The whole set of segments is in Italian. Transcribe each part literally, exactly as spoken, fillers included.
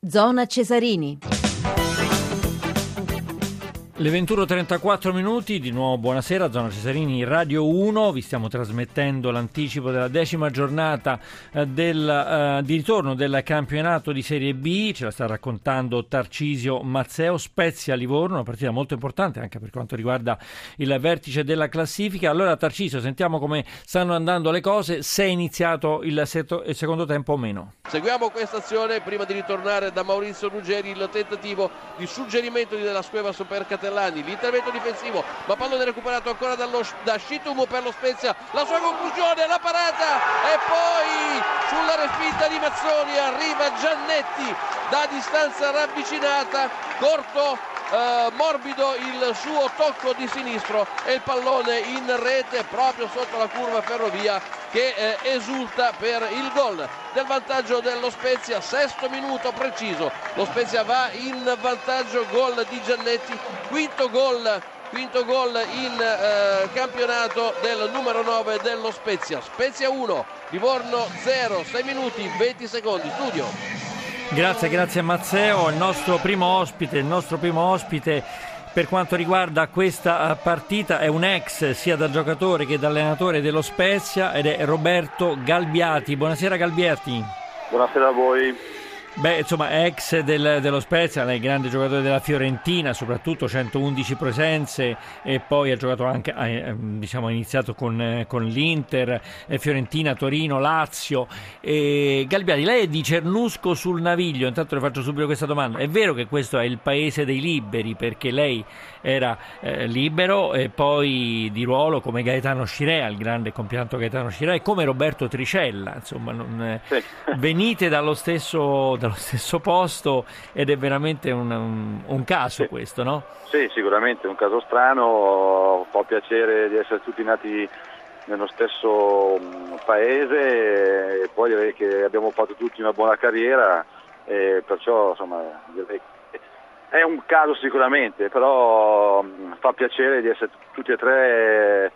Zona Cesarini. Le ventuno e trentaquattro minuti, di nuovo buonasera, Zona Cesarini, Radio uno, vi stiamo trasmettendo l'anticipo della decima giornata eh, del, eh, di ritorno del campionato di Serie B, ce la sta raccontando Tarcisio Mazzeo. Spezia Livorno, una partita molto importante anche per quanto riguarda il vertice della classifica. Allora Tarcisio, sentiamo come stanno andando le cose, se è iniziato il, seto, il secondo tempo o meno. Seguiamo questa azione prima di ritornare da Maurizio Ruggeri, il tentativo di suggerimento di Della Scuevas per Catellani, l'intervento difensivo, ma pallone recuperato ancora dallo, da Scitumu per lo Spezia, la sua conclusione, la parata e poi sulla respinta di Mazzoni arriva Giannetti da distanza ravvicinata, corto, Uh, morbido il suo tocco di sinistro e il pallone in rete proprio sotto la curva Ferrovia che eh, esulta per il gol del vantaggio dello Spezia. Sesto minuto preciso, lo Spezia va in vantaggio, gol di Giannetti, quinto gol quinto gol in eh, campionato del numero nove dello Spezia. Spezia uno, Livorno zero, sei minuti venti secondi. Studio. Grazie, grazie a Mazzeo, il nostro primo ospite, il nostro primo ospite per quanto riguarda questa partita è un ex sia da giocatore che da allenatore dello Spezia ed è Roberto Galbiati. Buonasera Galbiati. Buonasera a voi. Beh, insomma, ex del, dello Spezia, lei grande giocatore della Fiorentina, soprattutto centoundici presenze e poi ha giocato anche, eh, diciamo, ha iniziato con, eh, con l'Inter, eh, Fiorentina, Torino, Lazio. E Galbiati, lei è di Cernusco sul Naviglio, intanto le faccio subito questa domanda. È vero che questo è il paese dei liberi, perché lei era eh, libero e poi di ruolo come Gaetano Scirea, il grande compianto Gaetano Scirea, e come Roberto Tricella, insomma, non, eh, sì. venite dallo stesso... dallo stesso posto ed è veramente un, un, un caso sì. questo, no? Sì, sicuramente un caso strano, fa piacere di essere tutti nati nello stesso paese e poi direi che abbiamo fatto tutti una buona carriera e perciò insomma direi che è un caso sicuramente, però fa piacere di essere tutti e tre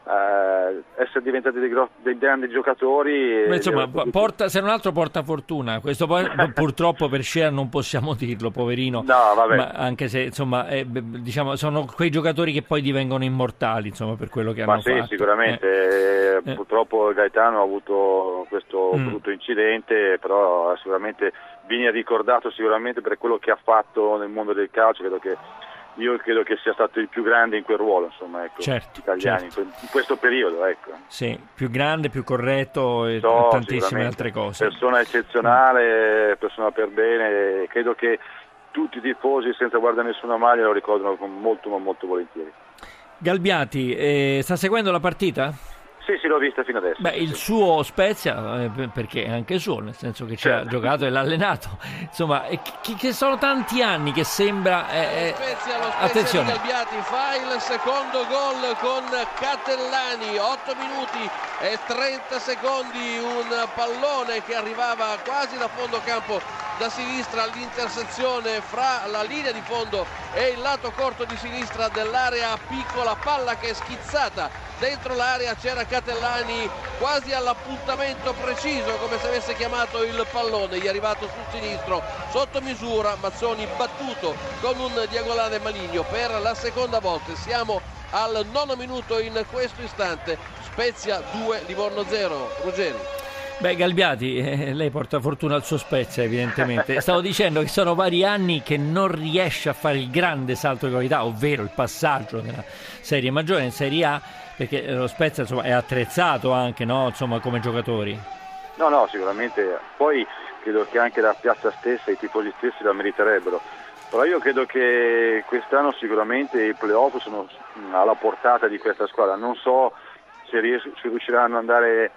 Uh, essere diventati dei, gro- dei grandi giocatori. Beh, insomma, porta, se non altro porta fortuna. Questo poi purtroppo per Scirea non possiamo dirlo, poverino. No, vabbè. Ma anche se insomma, è, diciamo, sono quei giocatori che poi divengono immortali, insomma, per quello che ma hanno sì, fatto. Sicuramente. Eh. Purtroppo Gaetano ha avuto questo mm. brutto incidente, però sicuramente viene ricordato sicuramente per quello che ha fatto nel mondo del calcio. Credo che Io credo che sia stato il più grande in quel ruolo, insomma, ecco, certo, italiani, certo. in questo periodo, ecco. Sì, più grande, più corretto e so, tantissime altre cose. Persona eccezionale, persona per bene, credo che tutti i tifosi, senza guardare nessuna maglia, lo ricordano con molto, ma molto volentieri. Galbiati, eh, sta seguendo la partita? Sì, sì, l'ho vista fino adesso. Beh, il suo Spezia, eh, perché è anche suo, nel senso che ci certo. ha giocato e l'ha allenato. Insomma, che, che sono tanti anni che sembra... Eh, lo Spezia, lo Spezia attenzione. di Galbiati fa il secondo gol con Catellani, otto minuti e trenta secondi, un pallone che arrivava quasi da fondo campo da sinistra all'intersezione fra la linea di fondo e il lato corto di sinistra dell'area piccola, palla che è schizzata dentro l'area, c'era Catellani quasi all'appuntamento preciso, come se avesse chiamato il pallone, gli è arrivato sul sinistro sotto misura, Mazzoni battuto con un diagonale maligno per la seconda volta. Siamo al nono minuto in questo istante, Spezia due, Livorno zero. Ruggeri. Beh, Galbiati, eh, lei porta fortuna al suo Spezia evidentemente. Stavo dicendo che sono vari anni che non riesce a fare il grande salto di qualità, ovvero il passaggio nella serie maggiore in Serie A, perché lo Spezia insomma, è attrezzato anche, no? Insomma, come giocatori. No, no, sicuramente. Poi credo che anche la piazza stessa, i tifosi stessi la meriterebbero. Però io credo che quest'anno sicuramente i playoff sono alla portata di questa squadra. Non so se, ries- se riusciranno ad andare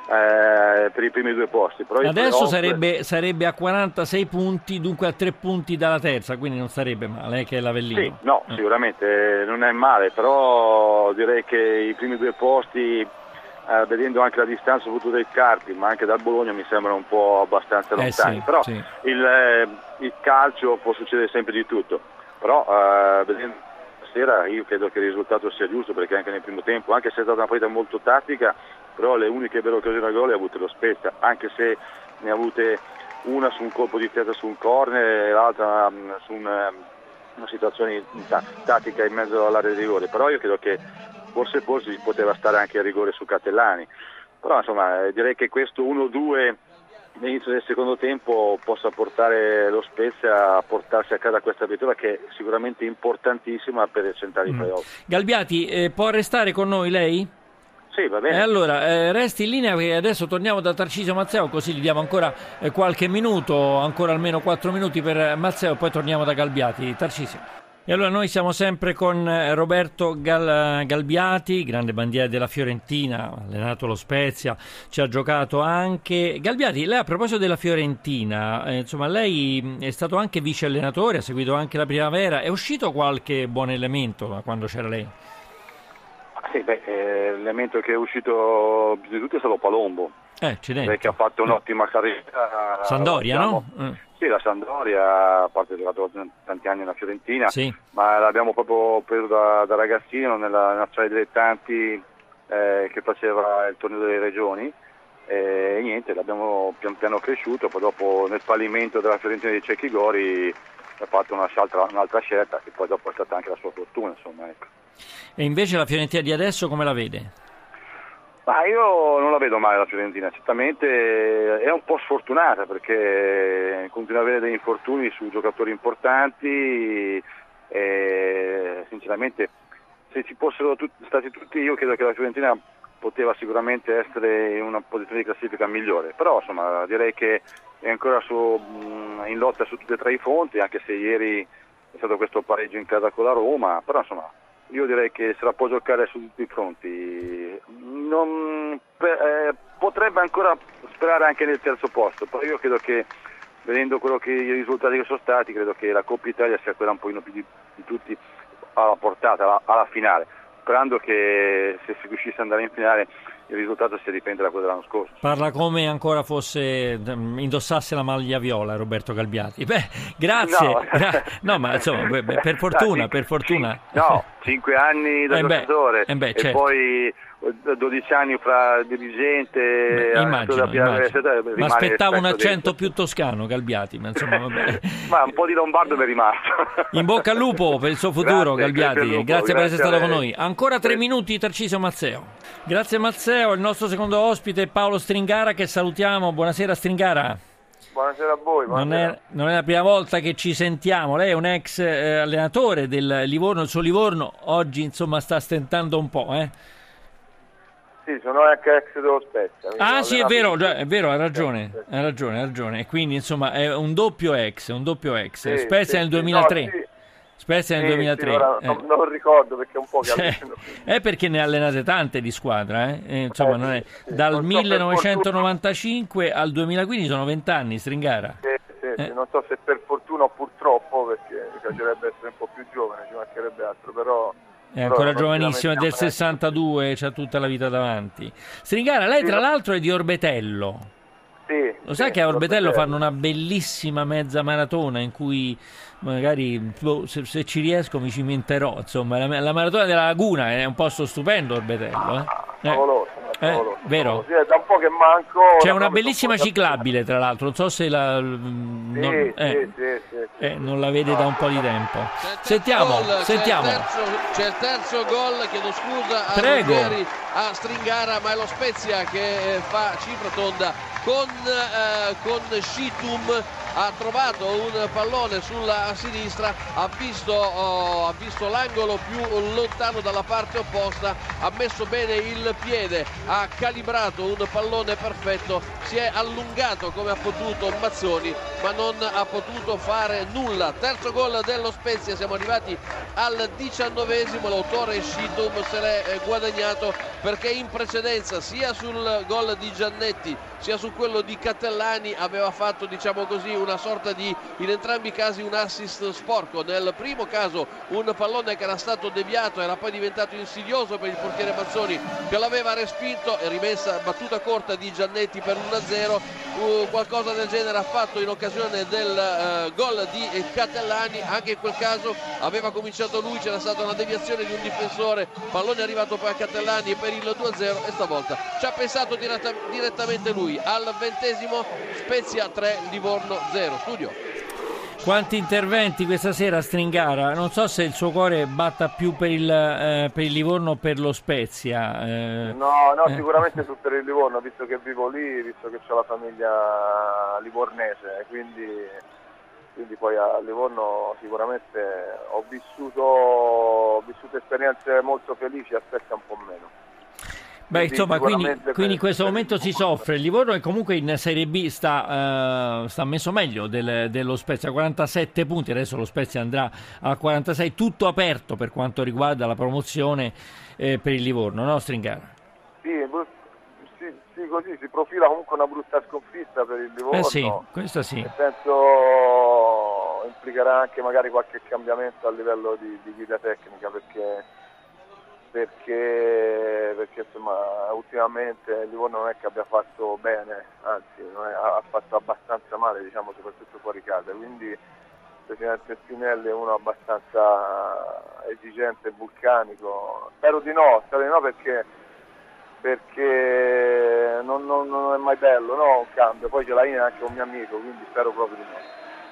Eh, per i primi due posti, però adesso playoff... sarebbe, sarebbe a quarantasei punti, dunque a tre punti dalla terza, quindi non sarebbe male, eh, che è l'Avellino. Sì, no, eh. sicuramente non è male, però direi che i primi due posti, eh, vedendo anche la distanza soprattutto dai Carpi, ma anche dal Bologna, mi sembrano un po' abbastanza lontani, eh sì, però sì. Il, eh, il calcio può succedere sempre di tutto, però eh, vedendo sera io credo che il risultato sia giusto, perché anche nel primo tempo, anche se è stata una partita molto tattica, però le uniche vere occasioni a gol le ha avute lo Spezia, anche se ne ha avute una su un colpo di testa su un corner e l'altra um, su un, um, una situazione ta- tattica in mezzo all'area di rigore, però io credo che forse forse si poteva stare anche a rigore su Catellani, però insomma direi che questo uno due all'inizio del secondo tempo possa portare lo Spezia a portarsi a casa questa vittoria che è sicuramente importantissima per il centrale mm. playoff. Galbiati, eh, può restare con noi lei? Sì, va bene. E allora eh, resti in linea perché adesso torniamo da Tarcisio Mazzeo, così gli diamo ancora eh, qualche minuto, ancora almeno quattro minuti per Mazzeo e poi torniamo da Galbiati. Tarcisio. E allora noi siamo sempre con Roberto Gal- Galbiati, grande bandiera della Fiorentina, ha allenato lo Spezia, ci ha giocato anche. Galbiati, lei a proposito della Fiorentina, eh, insomma lei è stato anche vice allenatore, ha seguito anche la primavera, è uscito qualche buon elemento da quando c'era lei? Sì, beh, eh, l'elemento che è uscito più di tutti è stato Palombo, eh, che ha fatto un'ottima carriera. Sandoria, diciamo, no? Eh. Sì, la Sampdoria, a parte che ha giocato tanti anni nella Fiorentina, sì. Ma l'abbiamo proprio preso da, da ragazzino nella nazionale dilettanti eh, che faceva il torneo delle regioni e niente, l'abbiamo pian piano cresciuto, poi dopo nel fallimento della Fiorentina di Cecchi Gori ha fatto una scelta, un'altra scelta che poi dopo è stata anche la sua fortuna, insomma, ecco. E invece la Fiorentina di adesso come la vede? Ma io non la vedo male la Fiorentina, certamente è un po' sfortunata perché continua ad avere degli infortuni su giocatori importanti e sinceramente se ci fossero tutti, stati tutti io credo che la Fiorentina poteva sicuramente essere in una posizione di classifica migliore, però insomma direi che è ancora su, in lotta su tutti e tre i fronti, anche se ieri è stato questo pareggio in casa con la Roma, però insomma io direi che se la può giocare su tutti i fronti. Non, eh, potrebbe ancora sperare anche nel terzo posto, però io credo che vedendo quello che i risultati che sono stati, credo che la Coppa Italia sia quella un pochino più di, di tutti alla portata, alla, alla finale, sperando che se si riuscisse ad andare in finale il risultato si dipende da quello dell'anno scorso. Parla come ancora fosse indossasse la maglia viola Roberto Galbiati. Beh, grazie. No, Gra- no ma insomma, beh, per fortuna, no, per fortuna. No, cinque anni da eh giocatore beh, eh beh, e certo. Poi dodici anni fra dirigente. Beh, immagino, immagino. Ma aspettavo un accento dentro. più toscano, Galbiati, ma insomma vabbè. Ma un po' di lombardo mi è rimasto. In bocca al lupo per il suo futuro, grazie, Galbiati. Grazie, grazie, grazie per essere stato con noi. Ancora tre sì. minuti, Tarcisio Mazzeo. Grazie Mazzeo, il nostro secondo ospite è Paolo Stringara che salutiamo. Buonasera Stringara. Buonasera a voi. Non è, non è la prima volta che ci sentiamo, lei è un ex eh, allenatore del Livorno, il suo Livorno oggi insomma sta stentando un po', eh? Sì, sono anche ex dello Spezia. Ah sì, è vero, già, è vero, ha ragione, ha ragione, ha ragione. E quindi insomma è un doppio ex, un doppio ex. Sì, Spezia sì, nel duemilatré. No, sì. Spezia nel sì, duemilatré. Sì, ora, eh. non, non ricordo perché è un po' che cioè, è perché ne ha allenate tante di squadra, eh? E, insomma, eh, non è, sì, dal non so millenovecentonovantacinque al duemilaquindici sono vent'anni, Stringara. Sì, sì, eh. sì, non so se per fortuna o purtroppo, perché mi piacerebbe essere un po' più giovane, ci mancherebbe altro, però è ancora però giovanissimo, è del sessantadue, c'ha tutta la vita davanti. Stringara, lei tra l'altro è di Orbetello. Sì, Lo sai sì, che a Orbetello fanno una bellissima mezza maratona in cui magari se, se ci riesco mi cimenterò, insomma, la, la maratona della Laguna è un posto stupendo Orbetello, eh? Eh, favoloso, eh, favoloso, vero? favoloso. Sì, è da un po' che manco. C'è una bellissima ciclabile tra l'altro, non so se la Sì, non, eh, sì, sì, sì, sì. eh, non la vede da un po' di tempo. C'è Sentiamo, gol, sentiamo. C'è il terzo, c'è il terzo gol, chiedo scusa a Prego. Ruggeri, a Stringara, ma è lo Spezia che fa cifra tonda con, eh, con Scitum. Ha trovato un pallone sulla sinistra, ha visto, oh, ha visto l'angolo più lontano dalla parte opposta, ha messo bene il piede, ha calibrato un pallone perfetto, si è allungato come ha potuto Mazzoni, ma non ha potuto fare nulla. Terzo gol dello Spezia, siamo arrivati al diciannovesimo, l'autore Scitum se l'è guadagnato perché in precedenza sia sul gol di Giannetti sia su quello di Catellani aveva fatto, diciamo così, una sorta di, in entrambi i casi, un assist sporco. Nel primo caso un pallone che era stato deviato, era poi diventato insidioso per il portiere Mazzoni che l'aveva respinto, e rimessa battuta corta di Giannetti per uno a zero. Uh, qualcosa del genere ha fatto in occasione del uh, gol di Catellani. Anche in quel caso aveva cominciato lui, c'era stata una deviazione di un difensore, pallone è arrivato poi a Catellani per il due a zero, e stavolta ci ha pensato diretta, direttamente lui. Al ventesimo Spezia tre, Livorno zero. Studio. Quanti interventi questa sera Stringara? Non so se il suo cuore batta più per il, eh, per il Livorno o per lo Spezia. Eh, no, no, eh. sicuramente più per il Livorno, visto che vivo lì, visto che ho la famiglia livornese, quindi, quindi poi a Livorno sicuramente ho vissuto, ho vissuto esperienze molto felici, a Spezia un po' meno. Beh, insomma, quindi, quindi in questo per momento si soffre. Il Livorno e comunque in Serie B sta, uh, sta messo meglio del, dello Spezia, quarantasette punti, adesso lo Spezia andrà a quarantasei, tutto aperto per quanto riguarda la promozione eh, per il Livorno, no Stringara? Sì, sì, sì, così si profila comunque una brutta sconfitta per il Livorno. Eh sì, questo sì. Nel senso implicherà anche magari qualche cambiamento a livello di, di guida tecnica, perché perché, perché insomma ultimamente il Livorno non è che abbia fatto bene, anzi non è, ha fatto abbastanza male, diciamo, soprattutto fuori casa, quindi il presidente Spinelli è uno abbastanza esigente e vulcanico. Spero di no, spero di no perché, perché non, non, non è mai bello, no, un cambio. Poi ce l'ha in anche un mio amico, quindi spero proprio di no.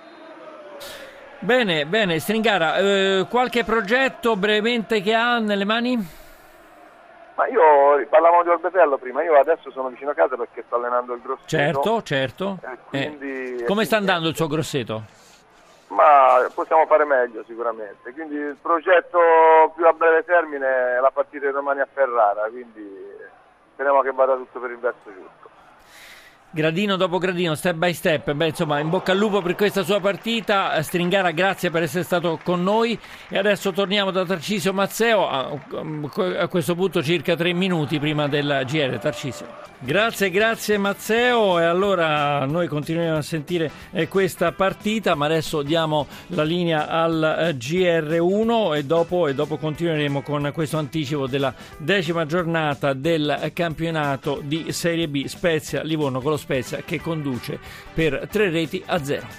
Bene, bene, Stringara, eh, qualche progetto brevemente che ha nelle mani? Ma io, parlavamo di Orbetello prima, io adesso sono vicino a casa perché sto allenando il Grosseto. Certo, certo. Eh, quindi, eh, come sta andando il suo Grosseto? Ma possiamo fare meglio sicuramente, quindi il progetto più a breve termine è la partita di domani a Ferrara, quindi speriamo che vada tutto per il verso giusto. Gradino dopo gradino, step by step. Beh, insomma, in bocca al lupo per questa sua partita. Stringara, grazie per essere stato con noi. E adesso torniamo da Tarcisio Mazzeo, a, a questo punto circa tre minuti prima del G R. Tarcisio. Grazie, grazie Mazzeo. E allora noi continuiamo a sentire eh, questa partita, ma adesso diamo la linea al eh, G R uno e dopo, e dopo continueremo con questo anticipo della decima giornata del campionato di Serie B. Spezia Livorno, con lo Spezia che conduce per tre reti a zero.